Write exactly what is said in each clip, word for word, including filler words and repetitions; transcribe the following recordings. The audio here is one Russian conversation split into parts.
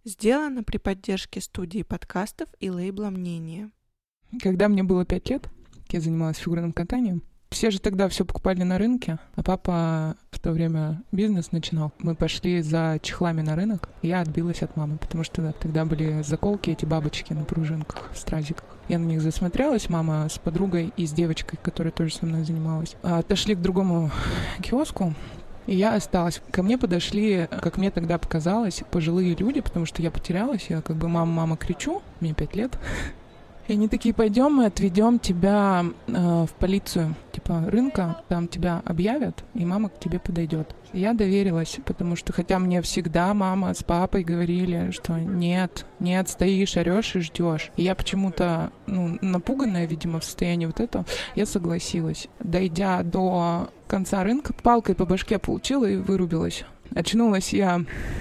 Сделано при поддержке студии подкастов и лейбла «Мнение». Когда мне было пять лет, я занималась фигурным катанием. Все же тогда все покупали на рынке, а папа в то время бизнес начинал. Мы пошли за чехлами на рынок, и я отбилась от мамы, потому что тогда были заколки, эти бабочки на пружинках, в стразиках. Я на них засмотрелась, мама с подругой и с девочкой, которая тоже со мной занималась, отошли к другому киоску, и я осталась. Ко мне подошли, как мне тогда показалось, пожилые люди, потому что я потерялась, я как бы «мама, мама» кричу, мне пять лет. И они такие: пойдем, мы отведем тебя э, в полицию, типа рынка, там тебя объявят, и мама к тебе подойдет. Я доверилась, потому что, хотя мне всегда мама с папой говорили, что нет, нет, стоишь, орешь и ждешь. И я почему-то, ну, напуганная, видимо, в состоянии вот этого, я согласилась. Дойдя до конца рынка, палкой по башке получила и вырубилась. Очнулась я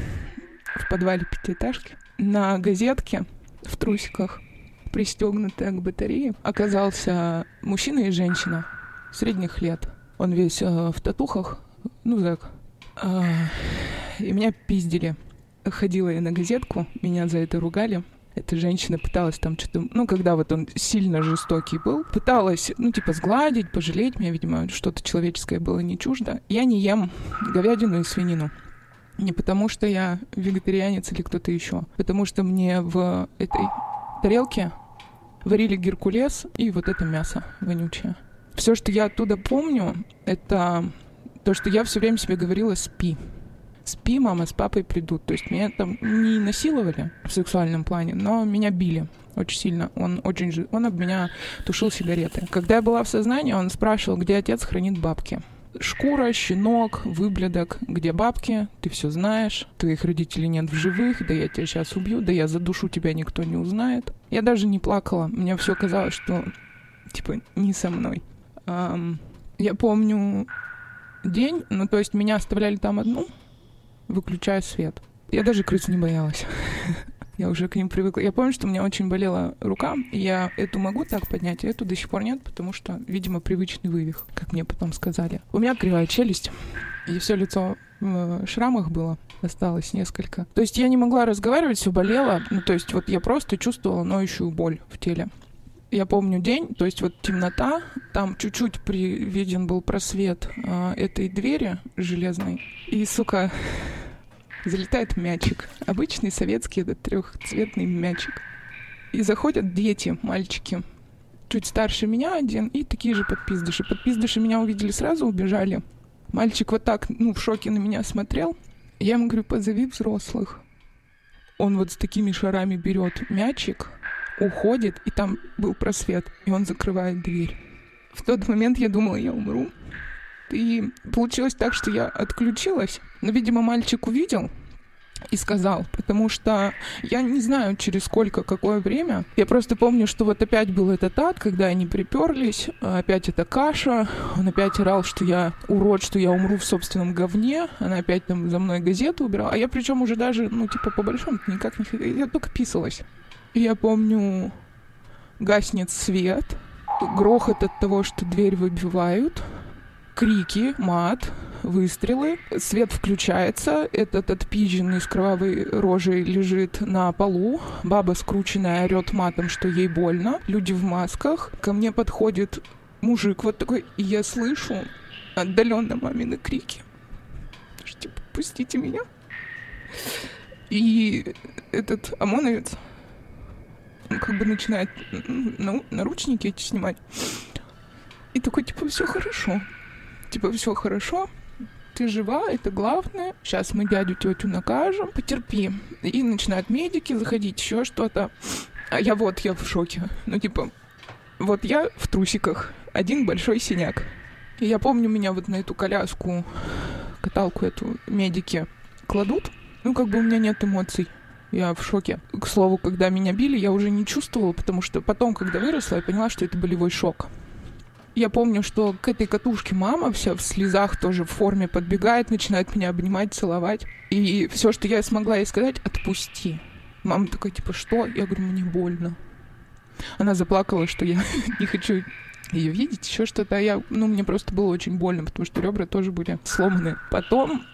в подвале пятиэтажки на газетке в трусиках, пристегнутая к батарее, оказался мужчина и женщина средних лет. Он весь э, в татухах, ну так. Э, и меня пиздили. Ходила я на газетку, меня за это ругали. Эта женщина пыталась там что-то... Ну, когда вот он сильно жестокий был, пыталась, ну, типа, сгладить, пожалеть меня, видимо, что-то человеческое было не чуждо. Я не ем говядину и свинину. Не потому что я вегетарианец или кто-то еще. Потому что мне в этой тарелке варили геркулес и вот это мясо вонючее. Все, что я оттуда помню, это то, что я все время себе говорила: спи. Спи, мама с папой придут. То есть меня там не насиловали в сексуальном плане, но меня били очень сильно. Он очень же... Он об меня тушил сигареты. Когда я была в сознании, он спрашивал, где отец хранит бабки. Шкура, щенок, выблядок. Где бабки? Ты все знаешь. Твоих родителей нет в живых. Да я тебя сейчас убью. Да я задушу тебя, никто не узнает. Я даже не плакала. Мне все казалось, что типа не со мной. Um, я помню день, ну то есть меня оставляли там одну, выключая свет. Я даже крыс не боялась. Я уже к ним привыкла. Я помню, что у меня очень болела рука, и я эту могу так поднять, а эту до сих пор нет, потому что, видимо, привычный вывих, как мне потом сказали. У меня кривая челюсть, и все лицо в шрамах было, осталось несколько. То есть я не могла разговаривать, все болело, ну то есть вот я просто чувствовала ноющую боль в теле. Я помню день, то есть вот темнота, там чуть-чуть при... виден был просвет э, этой двери железной, и, сука... залетает мячик. Обычный советский этот трехцветный мячик. И заходят дети, мальчики. Чуть старше меня один, и такие же подпиздыши. Подпиздыши меня увидели сразу, убежали. Мальчик вот так, ну, в шоке на меня смотрел. Я ему говорю: позови взрослых. Он вот с такими шарами берет мячик, уходит, и там был просвет, и он закрывает дверь. В тот момент я думала, я умру. И получилось так, что я отключилась. Но, видимо, мальчик увидел и сказал, потому что я не знаю, через сколько, какое время. Я просто помню, что вот опять был этот ад, когда они приперлись, опять эта каша. Он опять орал, что я урод, что я умру в собственном говне. Она опять там за мной газету убирала. А я причем уже даже, ну, типа, по большому никак не... Я только писалась. И я помню, гаснет свет, грохот от того, что дверь выбивают, крики, мат, выстрелы, свет включается, этот отпизженный с кровавой рожей лежит на полу, баба скрученная орёт матом, что ей больно, люди в масках, ко мне подходит мужик вот такой, и я слышу отдаленно мамины крики, что типа: пустите меня. И этот ОМОНовец, он как бы начинает, ну, наручники эти снимать, и такой типа: все хорошо. Типа, все хорошо, ты жива, это главное. Сейчас мы дядю, тетю накажем, потерпи. И начинают медики заходить, еще что-то. А я вот, я в шоке. Ну, типа, вот я в трусиках, один большой синяк. И я помню, меня вот на эту коляску, каталку эту медики кладут. Ну, как бы у меня нет эмоций. Я в шоке. К слову, когда меня били, я уже не чувствовала, потому что потом, когда выросла, я поняла, что это болевой шок. Я помню, что к этой катушке мама вся в слезах тоже в форме подбегает, начинает меня обнимать, целовать. И все, что я смогла ей сказать: отпусти. Мама такая, типа: что? Я говорю: мне больно. Она заплакала, что я не хочу ее видеть, еще что-то. А я, ну, мне просто было очень больно, потому что ребра тоже были сломаны. Потом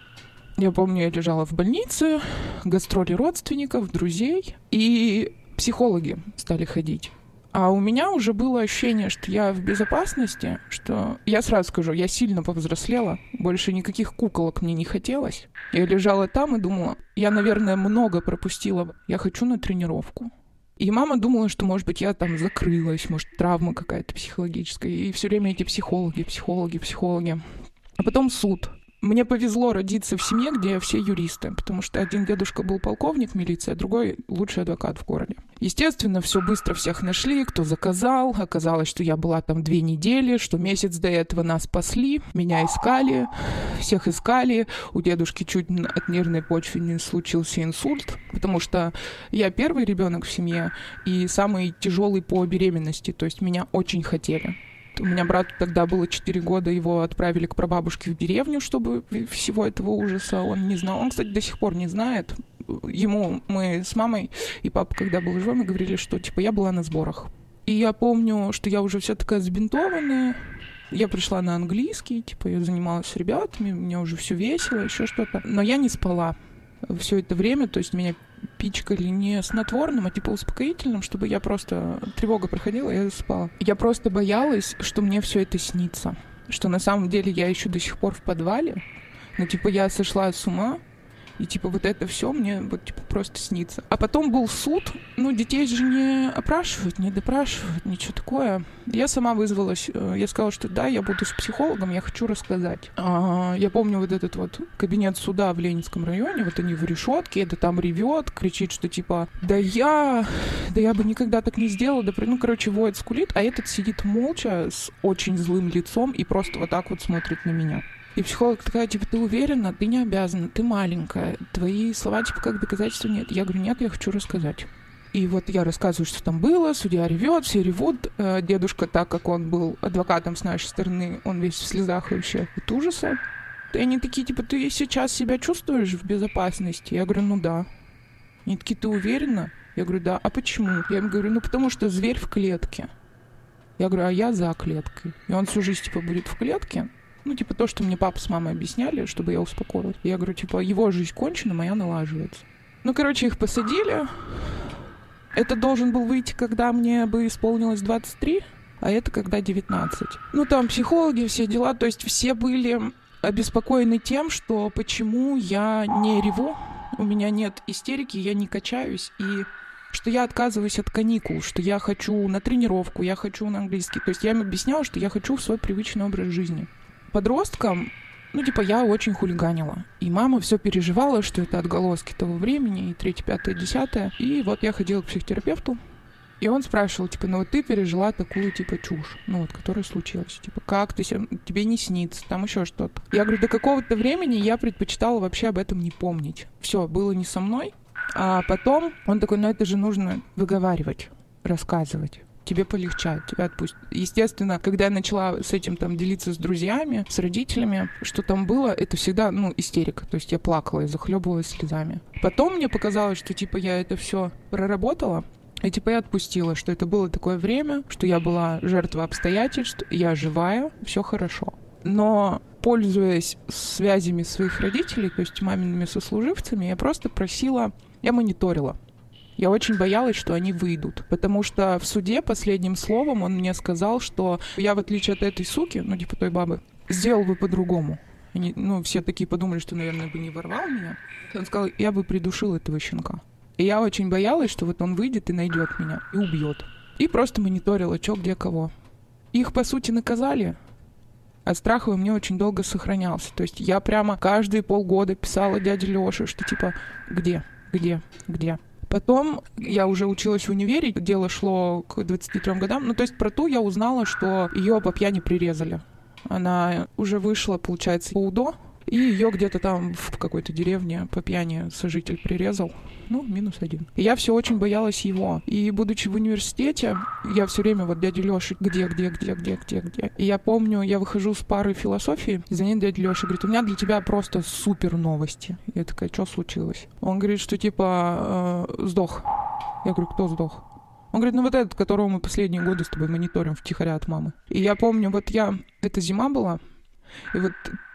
Я помню, я лежала в больнице, гастроли родственников, друзей, и психологи стали ходить. А у меня уже было ощущение, что я в безопасности, что... Я сразу скажу, я сильно повзрослела, больше никаких куколок мне не хотелось. Я лежала там и думала, я, наверное, много пропустила, я хочу на тренировку. И мама думала, что, может быть, я там закрылась, может, травма какая-то психологическая. И все время эти психологи, психологи, психологи. А потом суд. Мне повезло родиться в семье, где все юристы, потому что один дедушка был полковник милиции, а другой лучший адвокат в городе. Естественно, все быстро всех нашли, кто заказал. Оказалось, что я была там две недели, что месяц до этого нас спасли, меня искали, всех искали. У дедушки чуть от нервной почвы не случился инсульт, потому что я первый ребенок в семье и самый тяжелый по беременности, то есть меня очень хотели. У меня брату тогда было четыре года, его отправили к прабабушке в деревню, чтобы всего этого ужаса он не знал. Он, кстати, до сих пор не знает. Ему мы с мамой и папой, когда был жив, мы говорили, что типа я была на сборах. И я помню, что я уже вся такая забинтованная. Я пришла на английский, типа я занималась с ребятами, мне уже все весело, еще что-то. Но я не спала все это время, то есть меня пичкали не снотворным, а типа успокоительным, чтобы я просто... Тревога проходила, я спала. Я просто боялась, что мне все это снится. Что на самом деле я еще до сих пор в подвале. Но типа я сошла с ума. И типа вот это все мне вот типа просто снится. А потом был суд. Ну, детей же не опрашивают, не допрашивают, ничего такое. Я сама вызвалась. Я сказала, что да, я буду с психологом, я хочу рассказать. А, я помню вот этот вот кабинет суда в Ленинском районе. Вот они в решетке, это там ревет, кричит, что типа да я... Да я бы никогда так не сделала. Да, ну, короче, воет, скулит. А этот сидит молча с очень злым лицом и просто вот так вот смотрит на меня. И психолог такая, типа, ты уверена? Ты не обязана, ты маленькая. Твои слова, типа, как доказательства нет. Я говорю, нет, я хочу рассказать. И вот я рассказываю, что там было, судья ревет, все ревут. Дедушка, так как он был адвокатом с нашей стороны, он весь в слезах вообще от ужаса. И они такие, типа, ты сейчас себя чувствуешь в безопасности? Я говорю, ну да. Они такие, ты уверена? Я говорю, да. А почему? Я им говорю, ну потому что зверь в клетке. Я говорю, а я за клеткой. И он всю жизнь, типа, будет в клетке. Ну, типа, то, что мне папа с мамой объясняли, чтобы я успокоилась. Я говорю, типа, его жизнь кончена, моя налаживается. Ну, короче, их посадили. Это должен был выйти, когда мне бы исполнилось двадцать три, а это когда девятнадцать. Ну, там психологи, все дела. То есть все были обеспокоены тем, что почему я не реву, у меня нет истерики, я не качаюсь, и что я отказываюсь от каникул, что я хочу на тренировку, я хочу на английский. То есть я им объясняла, что я хочу в свой привычный образ жизни. Подросткам, ну, типа, я очень хулиганила. И мама все переживала, что это отголоски того времени, и третье, пятое, десятое. И вот я ходила к психотерапевту, и он спрашивал, типа, ну, вот ты пережила такую, типа, чушь, ну, вот, которая случилась. Типа, как ты себе, тебе не снится, там еще что-то. Я говорю, до какого-то времени я предпочитала вообще об этом не помнить. Все, было не со мной. А потом он такой, ну, это же нужно выговаривать, рассказывать. Тебе полегчает, тебя отпустят. Естественно, когда я начала с этим там делиться с друзьями, с родителями, что там было, это всегда, ну, истерика. То есть я плакала и захлебывалась слезами. Потом мне показалось, что, типа, я это все проработала, и, типа, я отпустила, что это было такое время, что я была жертва обстоятельств, я живая, все хорошо. Но, пользуясь связями своих родителей, то есть мамиными сослуживцами, я просто просила, я мониторила. Я очень боялась, что они выйдут, потому что в суде последним словом он мне сказал, что я, в отличие от этой суки, ну, типа той бабы, сделал бы по-другому. Они, ну, все такие подумали, что, наверное, бы не ворвал меня. Он сказал, я бы придушил этого щенка. И я очень боялась, что вот он выйдет и найдет меня, и убьет. И просто мониторила, что, где, кого. Их, по сути, наказали, а страх у меня очень долго сохранялся. То есть я прямо каждые полгода писала дяде Лёше, что типа, где, где, где. Потом я уже училась в универе, дело шло к двадцати трём годам. Ну, то есть про ту я узнала, что ее по пьяни прирезали. Она уже вышла, получается, по УДО, и ее где-то там в какой-то деревне по пьяни сожитель прирезал. Ну, минус один. И я все очень боялась его. И будучи в университете, я все время вот дядя Лёша, где, где, где, где, где, где. И я помню, я выхожу с пары философии, и за ней дядя Лёша говорит, у меня для тебя просто супер новости. Я такая, что случилось? Он говорит, что типа э, сдох. Я говорю, кто сдох? Он говорит, ну вот этот, которого мы последние годы с тобой мониторим втихаря от мамы. И я помню, вот я, это зима была, и вот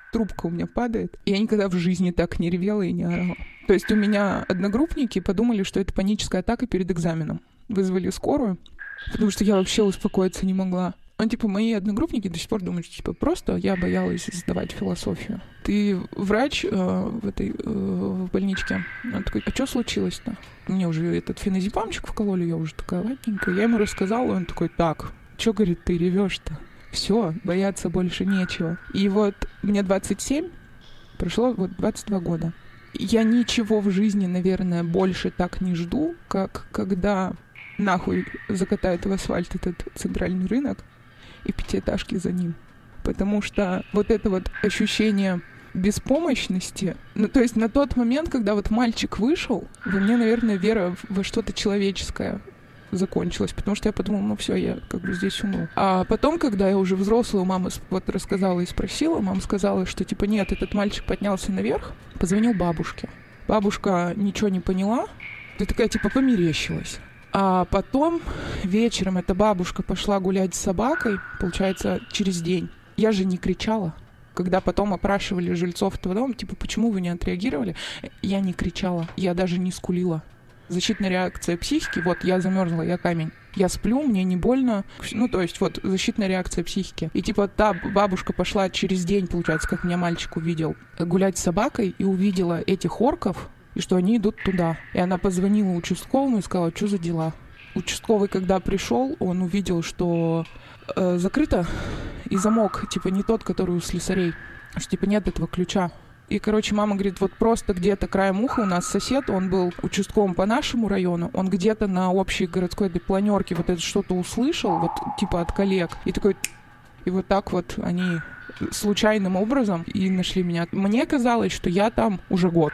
трубка у меня падает. Я никогда в жизни так не ревела и не орала. То есть у меня одногруппники подумали, что это паническая атака перед экзаменом. Вызвали скорую, потому что я вообще успокоиться не могла. Он, типа, мои одногруппники до сих пор думают, что, типа, просто я боялась сдавать философию. Ты врач э, в этой э, в больничке. Он такой, а что случилось-то? Мне уже этот феназепамчик вкололи, я уже такая ладненькая. Я ему рассказала, он такой, так, что, говорит, ты ревешь-то? Все, бояться больше нечего. И вот мне двадцать семь, прошло вот двадцать два года. Я ничего в жизни, наверное, больше так не жду, как когда нахуй закатают в асфальт этот центральный рынок и пятиэтажки за ним. Потому что вот это вот ощущение беспомощности, ну, то есть на тот момент, когда вот мальчик вышел, во мне, наверное, вера во что-то человеческое закончилась, потому что я подумала, ну все, я как бы здесь умру. А потом, когда я уже взрослая, мама вот рассказала и спросила, мама сказала, что типа нет, этот мальчик поднялся наверх, позвонил бабушке. Бабушка ничего не поняла, ты такая типа померещилась. А потом вечером эта бабушка пошла гулять с собакой, получается, через день. Я же не кричала. Когда потом опрашивали жильцов этого дома, типа, почему вы не отреагировали, я не кричала, я даже не скулила. Защитная реакция психики, вот я замерзла, я камень. Я сплю, мне не больно. Ну, то есть, вот, защитная реакция психики. И, типа, та бабушка пошла через день, получается, как меня мальчик увидел, гулять с собакой и увидела этих орков, и что они идут туда. И она позвонила участковому и сказала, что за дела. Участковый, когда пришел, он увидел, что э, закрыто, и замок, типа, не тот, который у слесарей. Что, типа, нет этого ключа. И, короче, мама говорит, вот просто где-то краем уха у нас сосед, он был участковым по нашему району, он где-то на общей городской этой планерке вот это что-то услышал, вот типа от коллег, и такой, и вот так вот они случайным образом и нашли меня. Мне казалось, что я там уже год.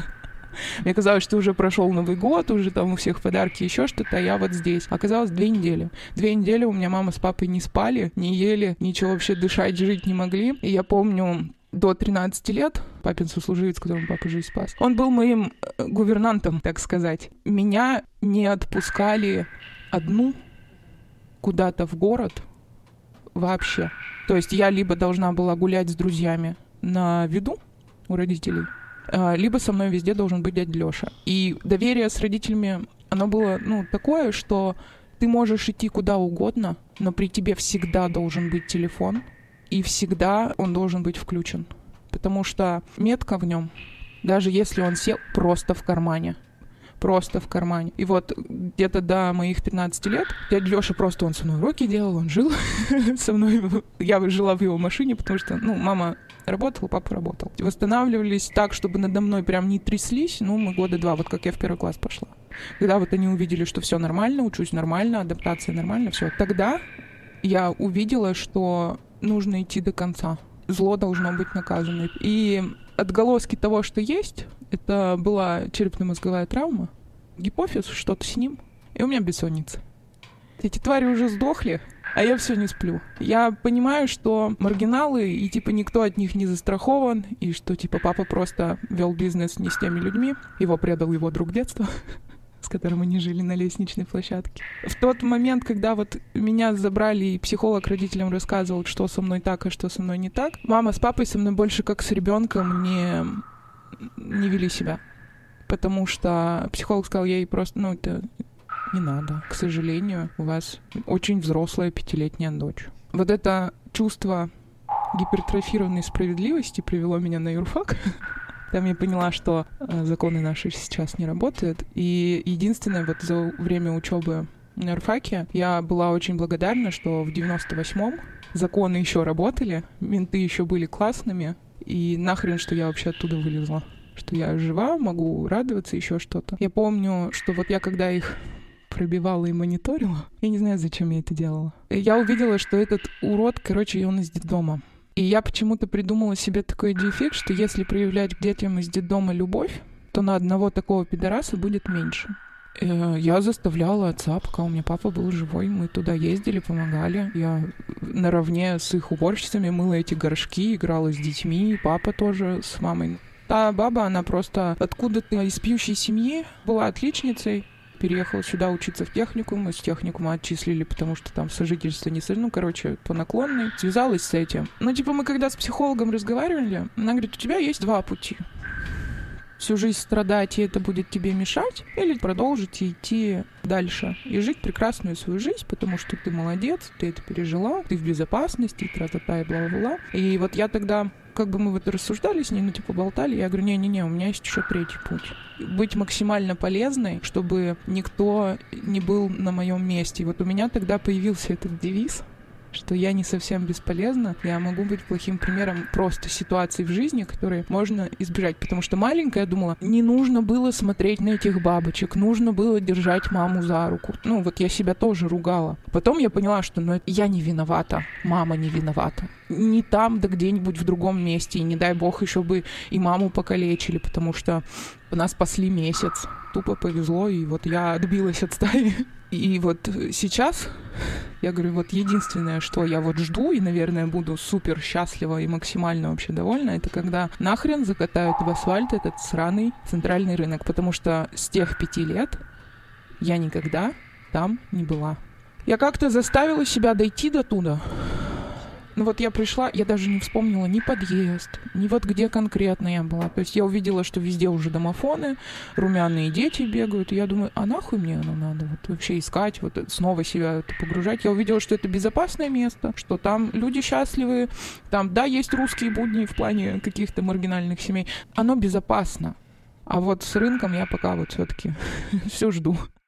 Мне казалось, что уже прошел Новый год, уже там у всех подарки, еще что-то, а я вот здесь. Оказалось, две недели. Две недели у меня мама с папой не спали, не ели, ничего вообще дышать, жить не могли. И я помню, до тринадцати лет, папин сослуживец, которому папа жизнь спас, он был моим гувернантом, так сказать. Меня не отпускали одну куда-то в город вообще. То есть я либо должна была гулять с друзьями на виду у родителей, либо со мной везде должен быть дядя Лёша. И доверие с родителями, оно было, ну, такое, что ты можешь идти куда угодно, но при тебе всегда должен быть телефон, и всегда он должен быть включен. Потому что метка в нем, даже если он сел просто в кармане, просто в кармане. И вот где-то до моих тринадцати лет дядя Лёша просто, он со мной уроки делал, он жил со мной. Я жила в его машине, потому что, ну, мама работала, папа работал. Восстанавливались так, чтобы надо мной прям не тряслись, ну, мы года два, вот как я в первый класс пошла. Когда вот они увидели, что все нормально, учусь нормально, адаптация нормально, все. Тогда я увидела, что нужно идти до конца. Зло должно быть наказано. И отголоски того, что есть, это была черепно-мозговая травма, гипофиз, что-то с ним, и у меня бессонница. Эти твари уже сдохли, а я все не сплю. Я понимаю, что маргиналы, и типа никто от них не застрахован, и что типа папа просто вел бизнес не с теми людьми, его предал его друг детства, с которым они жили на лестничной площадке. В тот момент, когда вот меня забрали, и психолог родителям рассказывал, что со мной так, а что со мной не так, мама с папой со мной больше как с ребенком не, не вели себя. Потому что психолог сказал ей просто, ну, это не надо. К сожалению, у вас очень взрослая пятилетняя дочь. Вот это чувство гипертрофированной справедливости привело меня на юрфак. Там я поняла, что э, законы наши сейчас не работают. И единственное, вот за время учебы на юрфаке я была очень благодарна, что в девяносто восьмом законы еще работали, менты еще были классными, и нахрен, что я вообще оттуда вылезла. Что я жива, могу радоваться, еще что-то. Я помню, что вот я когда их пробивала и мониторила, я не знаю, зачем я это делала. Я увидела, что этот урод, короче, он из детдома. И я почему-то придумала себе такой дефект, что если проявлять к детям из детдома любовь, то на одного такого пидораса будет меньше. Я заставляла отца, пока у меня папа был живой, мы туда ездили, помогали. Я наравне с их уборщицами мыла эти горшки, играла с детьми, папа тоже с мамой. Та баба, она просто откуда-то из пьющей семьи, была отличницей, переехала сюда учиться в техникум, из техникума отчислили, потому что там сожительство не сожительство, ну, короче, по наклонной. Связалась с этим. Ну, типа, мы когда с психологом разговаривали, она говорит, у тебя есть два пути. Всю жизнь страдать, и это будет тебе мешать, или продолжить и идти дальше и жить прекрасную свою жизнь, потому что ты молодец, ты это пережила, ты в безопасности, тра-та-та и бла-бла-бла. И вот я тогда, как бы мы вот рассуждали с ней, ну, типа, болтали, я говорю, не-не-не, у меня есть еще третий путь. Быть максимально полезной, чтобы никто не был на моем месте. И вот у меня тогда появился этот девиз, что я не совсем бесполезна, я могу быть плохим примером просто ситуаций в жизни, которые можно избежать. Потому что маленькая, я думала, не нужно было смотреть на этих бабочек, нужно было держать маму за руку. Ну, вот я себя тоже ругала. Потом я поняла, что ну, я не виновата, мама не виновата. Не там, да где-нибудь в другом месте. И не дай бог, еще бы и маму покалечили, потому что нас спасли месяц. Тупо повезло, и вот я отбилась от стаи. И вот сейчас, я говорю, вот единственное, что я вот жду, и, наверное, буду супер счастлива и максимально вообще довольна, это когда нахрен закатают в асфальт этот сраный центральный рынок, потому что с тех пяти лет я никогда там не была. Я как-то заставила себя дойти до туда. Ну вот я пришла, я даже не вспомнила ни подъезд, ни вот где конкретно я была. То есть я увидела, что везде уже домофоны, румяные дети бегают, и я думаю, а нахуй мне оно надо вот вообще искать, вот снова себя это погружать. Я увидела, что это безопасное место, что там люди счастливые, там, да, есть русские будни в плане каких-то маргинальных семей, оно безопасно. А вот с рынком я пока вот все-таки все жду.